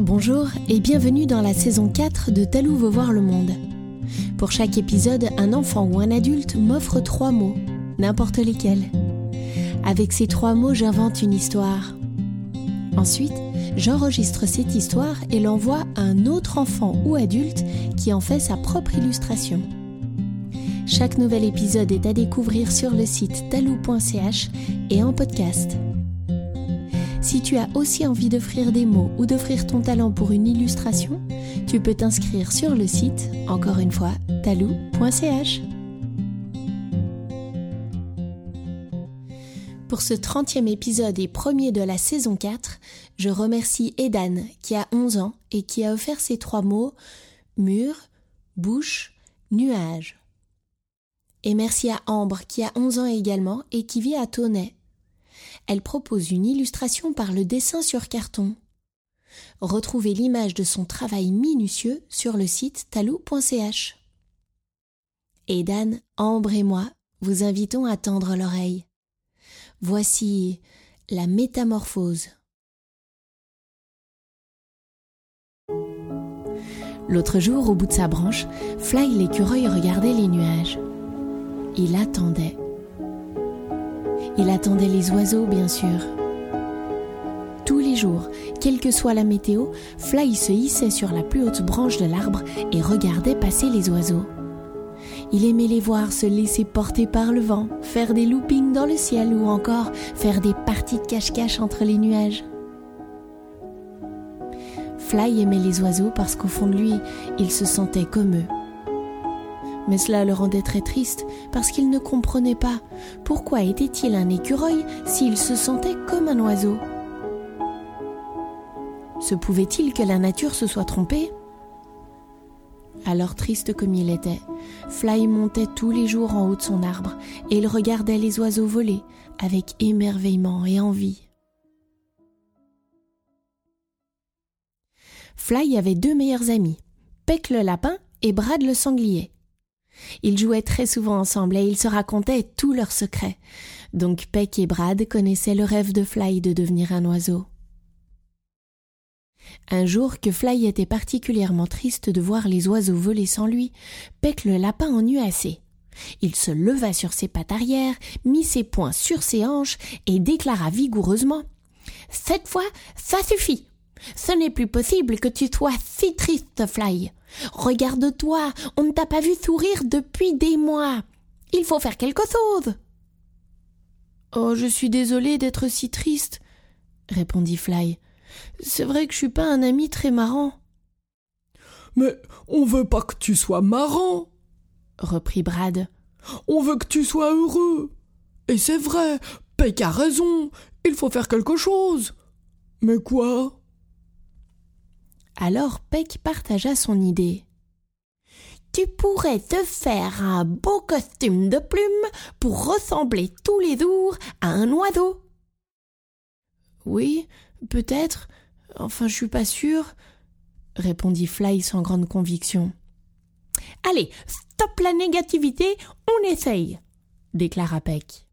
Bonjour et bienvenue dans la saison 4 de Talou veut voir le monde. Pour chaque épisode, un enfant ou un adulte m'offre 3 mots, n'importe lesquels. Avec ces 3 mots, j'invente une histoire. Ensuite, j'enregistre cette histoire et l'envoie à un autre enfant ou adulte qui en fait sa propre illustration. Chaque nouvel épisode est à découvrir sur le site talou.ch et en podcast. Si tu as aussi envie d'offrir des mots ou d'offrir ton talent pour une illustration, tu peux t'inscrire sur le site, encore une fois, talou.ch. Pour ce 30e épisode et premier de la saison 4, je remercie Edan qui a 11 ans et qui a offert ces 3 mots « mur, bouche, nuage ». Et merci à Ambre qui a 11 ans également et qui vit à Tonnay. Elle propose une illustration par le dessin sur carton. Retrouvez l'image de son travail minutieux sur le site talou.ch. Edan, Ambre et moi vous invitons à tendre l'oreille. Voici la métamorphose. L'autre jour, au bout de sa branche, Fly l'écureuil regardait les nuages. Il attendait. Il attendait les oiseaux, bien sûr. Tous les jours, quelle que soit la météo, Fly se hissait sur la plus haute branche de l'arbre et regardait passer les oiseaux. Il aimait les voir se laisser porter par le vent, faire des loopings dans le ciel ou encore faire des parties de cache-cache entre les nuages. Fly aimait les oiseaux parce qu'au fond de lui, il se sentait comme eux. Mais cela le rendait très triste parce qu'il ne comprenait pas pourquoi était-il un écureuil s'il se sentait comme un oiseau. Se pouvait-il que la nature se soit trompée ? Alors triste comme il était, Fly montait tous les jours en haut de son arbre et il regardait les oiseaux voler avec émerveillement et envie. Fly avait 2 meilleurs amis, Peck le lapin et Brad le sanglier. Ils jouaient très souvent ensemble et ils se racontaient tous leurs secrets. Donc Peck et Brad connaissaient le rêve de Fly de devenir un oiseau. Un jour que Fly était particulièrement triste de voir les oiseaux voler sans lui, Peck le lapin en eut assez. Il se leva sur ses pattes arrière, mit ses poings sur ses hanches et déclara vigoureusement « Cette fois, ça suffit. Ce n'est plus possible que tu sois si triste, Fly. Regarde-toi, on ne t'a pas vu sourire depuis des mois. Il faut faire quelque chose. »« Oh, je suis désolée d'être si triste, » répondit Fly. « C'est vrai que je suis pas un ami très marrant. »« Mais on veut pas que tu sois marrant, » reprit Brad. « On veut que tu sois heureux. Et c'est vrai, Peck a raison, il faut faire quelque chose. Mais quoi ?» Alors Peck partagea son idée. « Tu pourrais te faire un beau costume de plumes pour ressembler tous les jours à un oiseau. »« Oui, peut-être, enfin je suis pas sûre, » répondit Fly sans grande conviction. « Allez, stop la négativité, on essaye, » déclara Peck.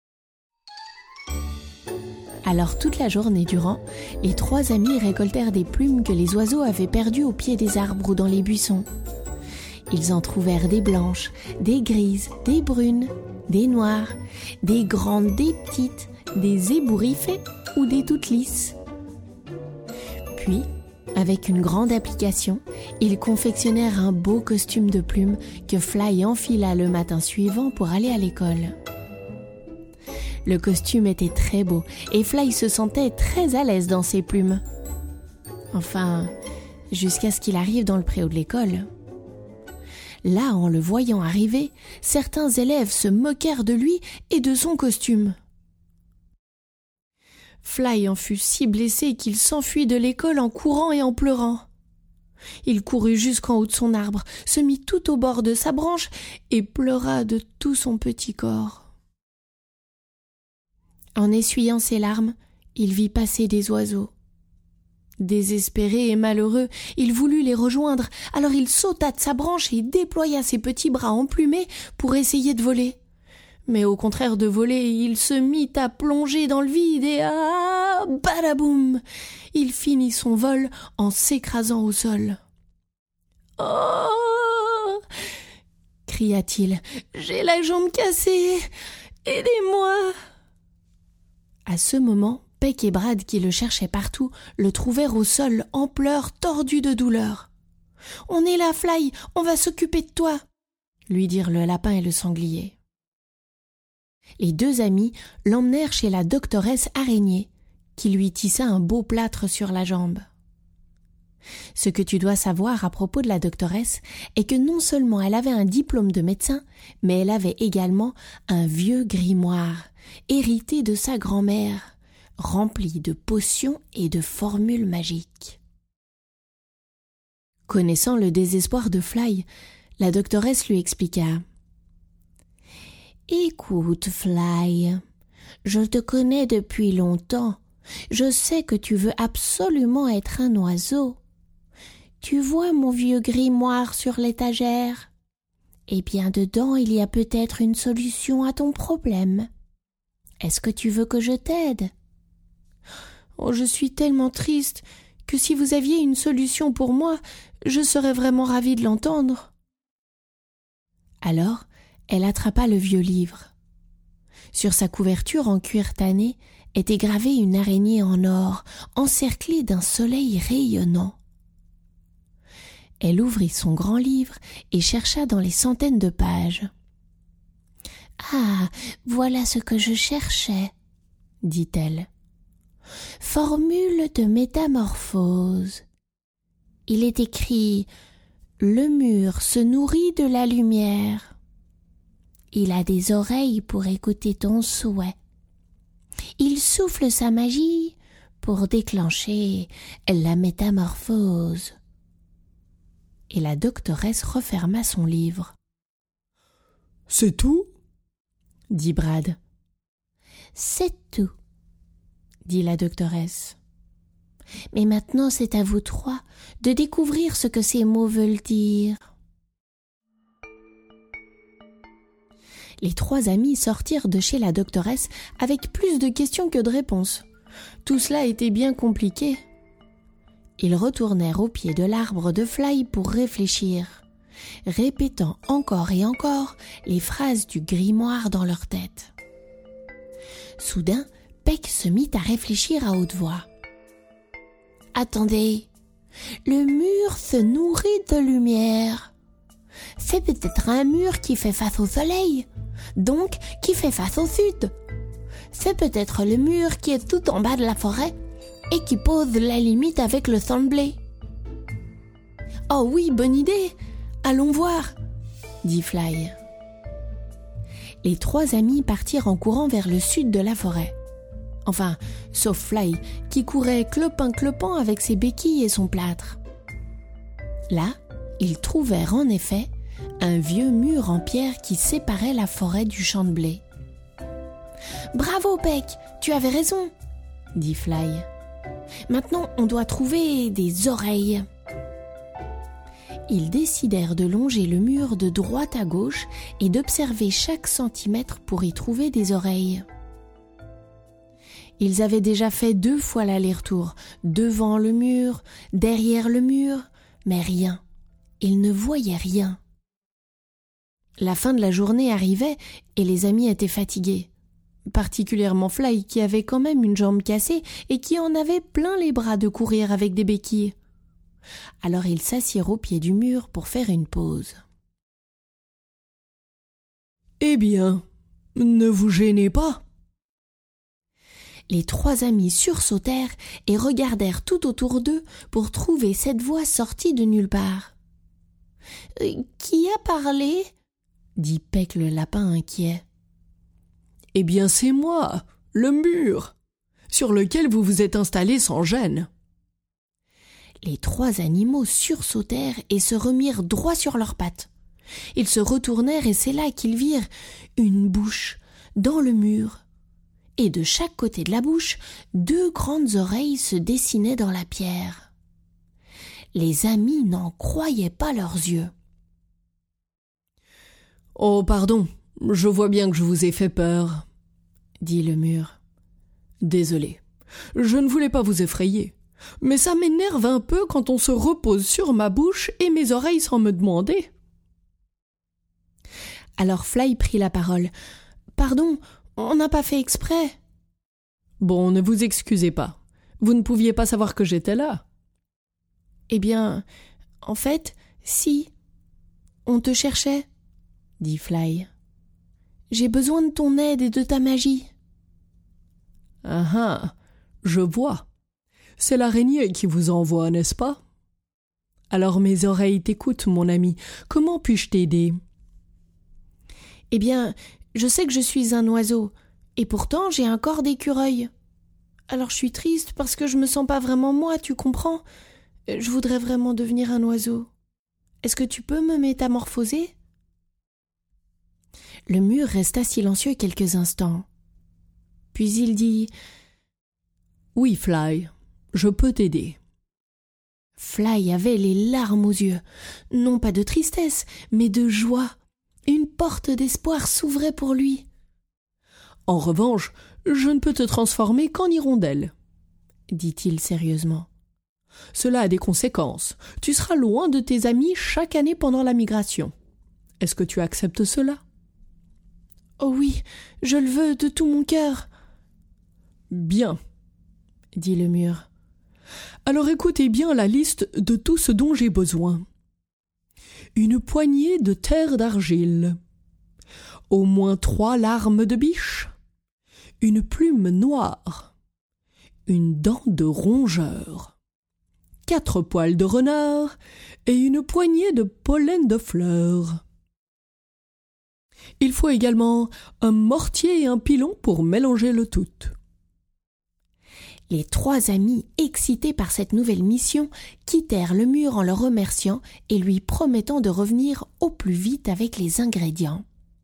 Alors toute la journée durant, les 3 amis récoltèrent des plumes que les oiseaux avaient perdues au pied des arbres ou dans les buissons. Ils en trouvèrent des blanches, des grises, des brunes, des noires, des grandes, des petites, des ébouriffées ou des toutes lisses. Puis, avec une grande application, ils confectionnèrent un beau costume de plumes que Fly enfila le matin suivant pour aller à l'école. Le costume était très beau et Fly se sentait très à l'aise dans ses plumes. Enfin, jusqu'à ce qu'il arrive dans le préau de l'école. Là, en le voyant arriver, certains élèves se moquèrent de lui et de son costume. Fly en fut si blessé qu'il s'enfuit de l'école en courant et en pleurant. Il courut jusqu'en haut de son arbre, se mit tout au bord de sa branche et pleura de tout son petit corps. En essuyant ses larmes, il vit passer des oiseaux. Désespéré et malheureux, il voulut les rejoindre, alors il sauta de sa branche et déploya ses petits bras emplumés pour essayer de voler. Mais au contraire de voler, il se mit à plonger dans le vide et badaboum, il finit son vol en s'écrasant au sol. « Oh !» cria-t-il. « J'ai la jambe cassée. Aidez-moi !» À ce moment, Peck et Brad, qui le cherchaient partout, le trouvèrent au sol en pleurs, tordu de douleur. « On est là, Fly, on va s'occuper de toi !» lui dirent le lapin et le sanglier. Les deux amis l'emmenèrent chez la doctoresse Araignée, qui lui tissa un beau plâtre sur la jambe. Ce que tu dois savoir à propos de la doctoresse est que non seulement elle avait un diplôme de médecin, mais elle avait également un vieux grimoire, hérité de sa grand-mère, rempli de potions et de formules magiques. Connaissant le désespoir de Fly, la doctoresse lui expliqua. « Écoute, Fly, je te connais depuis longtemps. Je sais que tu veux absolument être un oiseau. Tu vois mon vieux grimoire sur l'étagère? Eh bien, dedans, il y a peut-être une solution à ton problème. Est-ce que tu veux que je t'aide? Oh, je suis tellement triste que si vous aviez une solution pour moi, je serais vraiment ravie de l'entendre. » Alors, elle attrapa le vieux livre. Sur sa couverture en cuir tanné était gravée une araignée en or, encerclée d'un soleil rayonnant. Elle ouvrit son grand livre et chercha dans les centaines de pages. « Ah, voilà ce que je cherchais, » dit-elle. « Formule de métamorphose. Il est écrit « Le mur se nourrit de la lumière. Il a des oreilles pour écouter ton souhait. Il souffle sa magie pour déclencher la métamorphose. » Et la doctoresse referma son livre. « C'est tout ?» dit Brad. « C'est tout, » dit la doctoresse. « Mais maintenant c'est à vous trois de découvrir ce que ces mots veulent dire. » Les trois amis sortirent de chez la doctoresse avec plus de questions que de réponses. Tout cela était bien compliqué. Ils retournèrent au pied de l'arbre de Fly pour réfléchir, répétant encore et encore les phrases du grimoire dans leur tête. Soudain, Peck se mit à réfléchir à haute voix. « Attendez, le mur se nourrit de lumière. C'est peut-être un mur qui fait face au soleil, donc qui fait face au sud. C'est peut-être le mur qui est tout en bas de la forêt et qui pose la limite avec le Sandblé. »« Oh oui, bonne idée, allons voir, » dit Fly. Les trois amis partirent en courant vers le sud de la forêt. Enfin, sauf Fly, qui courait clopin-clopant avec ses béquilles et son plâtre. Là, ils trouvèrent en effet un vieux mur en pierre qui séparait la forêt du champ de blé. « Bravo, Peck, tu avais raison, » dit Fly. « Maintenant, on doit trouver des oreilles. » Ils décidèrent de longer le mur de droite à gauche et d'observer chaque centimètre pour y trouver des oreilles. Ils avaient déjà fait 2 fois l'aller-retour, devant le mur, derrière le mur, mais rien. Ils ne voyaient rien. La fin de la journée arrivait et les amis étaient fatigués. Particulièrement Fly, qui avait quand même une jambe cassée et qui en avait plein les bras de courir avec des béquilles. Alors ils s'assirent au pied du mur pour faire une pause. « Eh bien, ne vous gênez pas. » Les trois amis sursautèrent et regardèrent tout autour d'eux pour trouver cette voix sortie de nulle part. « Qui a parlé ?» dit Peck le lapin inquiet. « Eh bien, c'est moi, le mur, sur lequel vous vous êtes installés sans gêne. » Les trois animaux sursautèrent et se remirent droit sur leurs pattes. Ils se retournèrent et c'est là qu'ils virent une bouche dans le mur. Et de chaque côté de la bouche, 2 grandes oreilles se dessinaient dans la pierre. Les amis n'en croyaient pas leurs yeux. « Oh, pardon, « Je vois bien que je vous ai fait peur, » dit le mur. « Désolé, je ne voulais pas vous effrayer, mais ça m'énerve un peu quand on se repose sur ma bouche et mes oreilles sans me demander. » Alors Fly prit la parole. « Pardon, on n'a pas fait exprès. » « Bon, ne vous excusez pas. Vous ne pouviez pas savoir que j'étais là. »« Eh bien, en fait, si. On te cherchait, » dit Fly. « J'ai besoin de ton aide et de ta magie. » « Ah ah, je vois. C'est l'araignée qui vous envoie, n'est-ce pas? Alors mes oreilles t'écoutent, mon ami. Comment puis-je t'aider? » « Eh bien, je sais que je suis un oiseau, et pourtant j'ai un corps d'écureuil. Alors je suis triste parce que je me sens pas vraiment moi, tu comprends? Je voudrais vraiment devenir un oiseau. Est-ce que tu peux me métamorphoser? » Le mur resta silencieux quelques instants. Puis il dit « Oui, Fly, je peux t'aider. » Fly avait les larmes aux yeux, non pas de tristesse, mais de joie. Une porte d'espoir s'ouvrait pour lui. « En revanche, je ne peux te transformer qu'en hirondelle, » dit-il sérieusement. « Cela a des conséquences. Tu seras loin de tes amis chaque année pendant la migration. Est-ce que tu acceptes cela? » « Oh oui, je le veux de tout mon cœur. »« Bien, » dit le mur. « Alors écoutez bien la liste de tout ce dont j'ai besoin. Une poignée de terre d'argile, au moins 3 larmes de biche, une plume noire, une dent de rongeur, 4 poils de renard et une poignée de pollen de fleurs. Il faut également un mortier et un pilon pour mélanger le tout. » Les 3 amis, excités par cette nouvelle mission, quittèrent le mur en le remerciant et lui promettant de revenir au plus vite avec les ingrédients.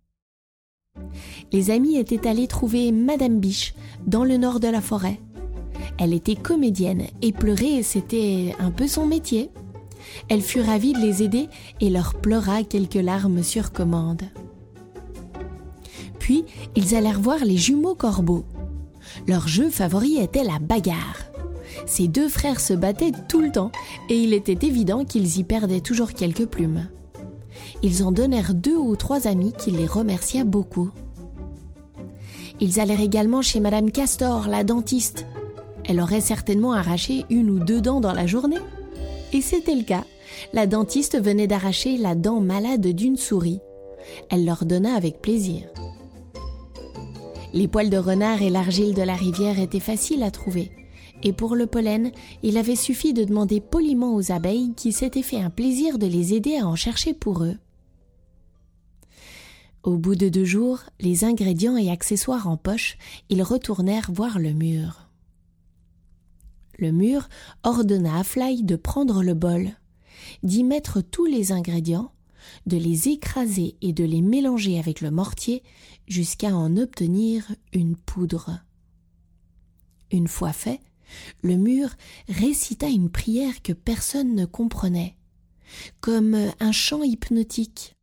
Les amis étaient allés trouver Madame Biche dans le nord de la forêt. Elle était comédienne et pleurer, c'était un peu son métier. Elle fut ravie de les aider et leur pleura quelques larmes sur commande. Puis, ils allèrent voir les jumeaux corbeaux. Leur jeu favori était la bagarre. Ces 2 frères se battaient tout le temps et il était évident qu'ils y perdaient toujours quelques plumes. Ils en donnèrent 2 ou 3 amis qui les remercia beaucoup. Ils allèrent également chez Madame Castor, la dentiste. Elle aurait certainement arraché 1 ou 2 dents dans la journée. Et c'était le cas. La dentiste venait d'arracher la dent malade d'une souris. Elle leur donna avec plaisir. Les poils de renard et l'argile de la rivière étaient faciles à trouver. Et pour le pollen, il avait suffi de demander poliment aux abeilles qui s'étaient fait un plaisir de les aider à en chercher pour eux. Au bout de 2 jours, les ingrédients et accessoires en poche, ils retournèrent voir le mur. Le mur ordonna à Fly de prendre le bol, d'y mettre tous les ingrédients, de les écraser et de les mélanger avec le mortier jusqu'à en obtenir une poudre. Une fois fait, le mur récita une prière que personne ne comprenait, comme un chant hypnotique.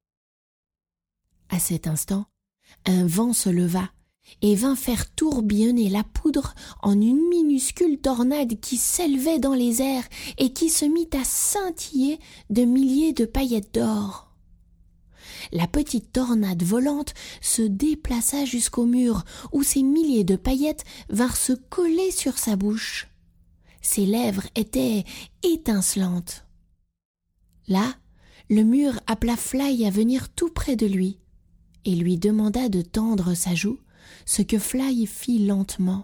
À cet instant, un vent se leva et vint faire tourbillonner la poudre en une minuscule tornade qui s'élevait dans les airs et qui se mit à scintiller de milliers de paillettes d'or. La petite tornade volante se déplaça jusqu'au mur où ces milliers de paillettes vinrent se coller sur sa bouche. Ses lèvres étaient étincelantes. Là, le mur appela Fly à venir tout près de lui et lui demanda de tendre sa joue, ce que Fly fit lentement.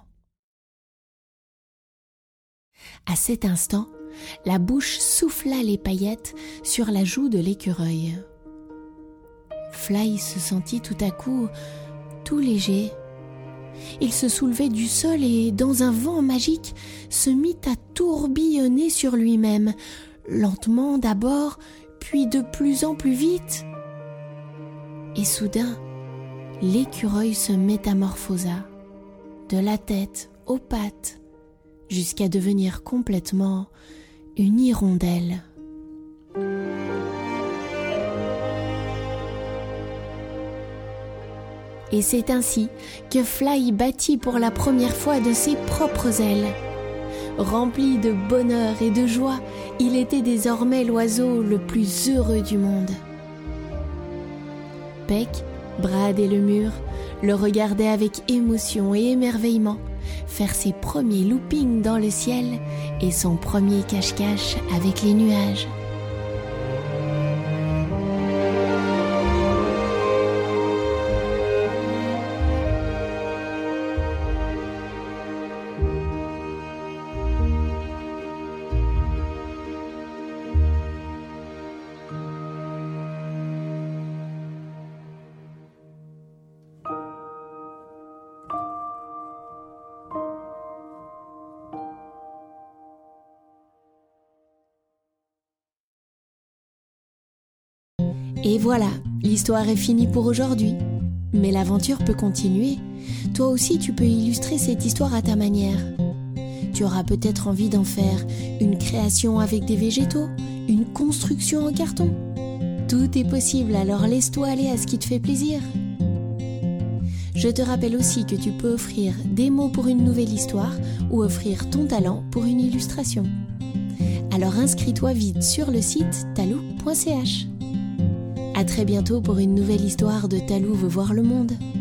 À cet instant, la bouche souffla les paillettes sur la joue de l'écureuil. Fly se sentit tout à coup tout léger. Il se soulevait du sol et, dans un vent magique, se mit à tourbillonner sur lui-même, lentement d'abord, puis de plus en plus vite. Et soudain, l'écureuil se métamorphosa, de la tête aux pattes, jusqu'à devenir complètement une hirondelle. Et c'est ainsi que Fly battit pour la première fois de ses propres ailes. Rempli de bonheur et de joie, il était désormais l'oiseau le plus heureux du monde. Peck, Brad et le mûr le regardaient avec émotion et émerveillement faire ses premiers loopings dans le ciel et son premier cache-cache avec les nuages. Et voilà, l'histoire est finie pour aujourd'hui. Mais l'aventure peut continuer. Toi aussi, tu peux illustrer cette histoire à ta manière. Tu auras peut-être envie d'en faire une création avec des végétaux, une construction en carton. Tout est possible, alors laisse-toi aller à ce qui te fait plaisir. Je te rappelle aussi que tu peux offrir des mots pour une nouvelle histoire ou offrir ton talent pour une illustration. Alors inscris-toi vite sur le site talou.ch. À très bientôt pour une nouvelle histoire de Talou veut voir le monde.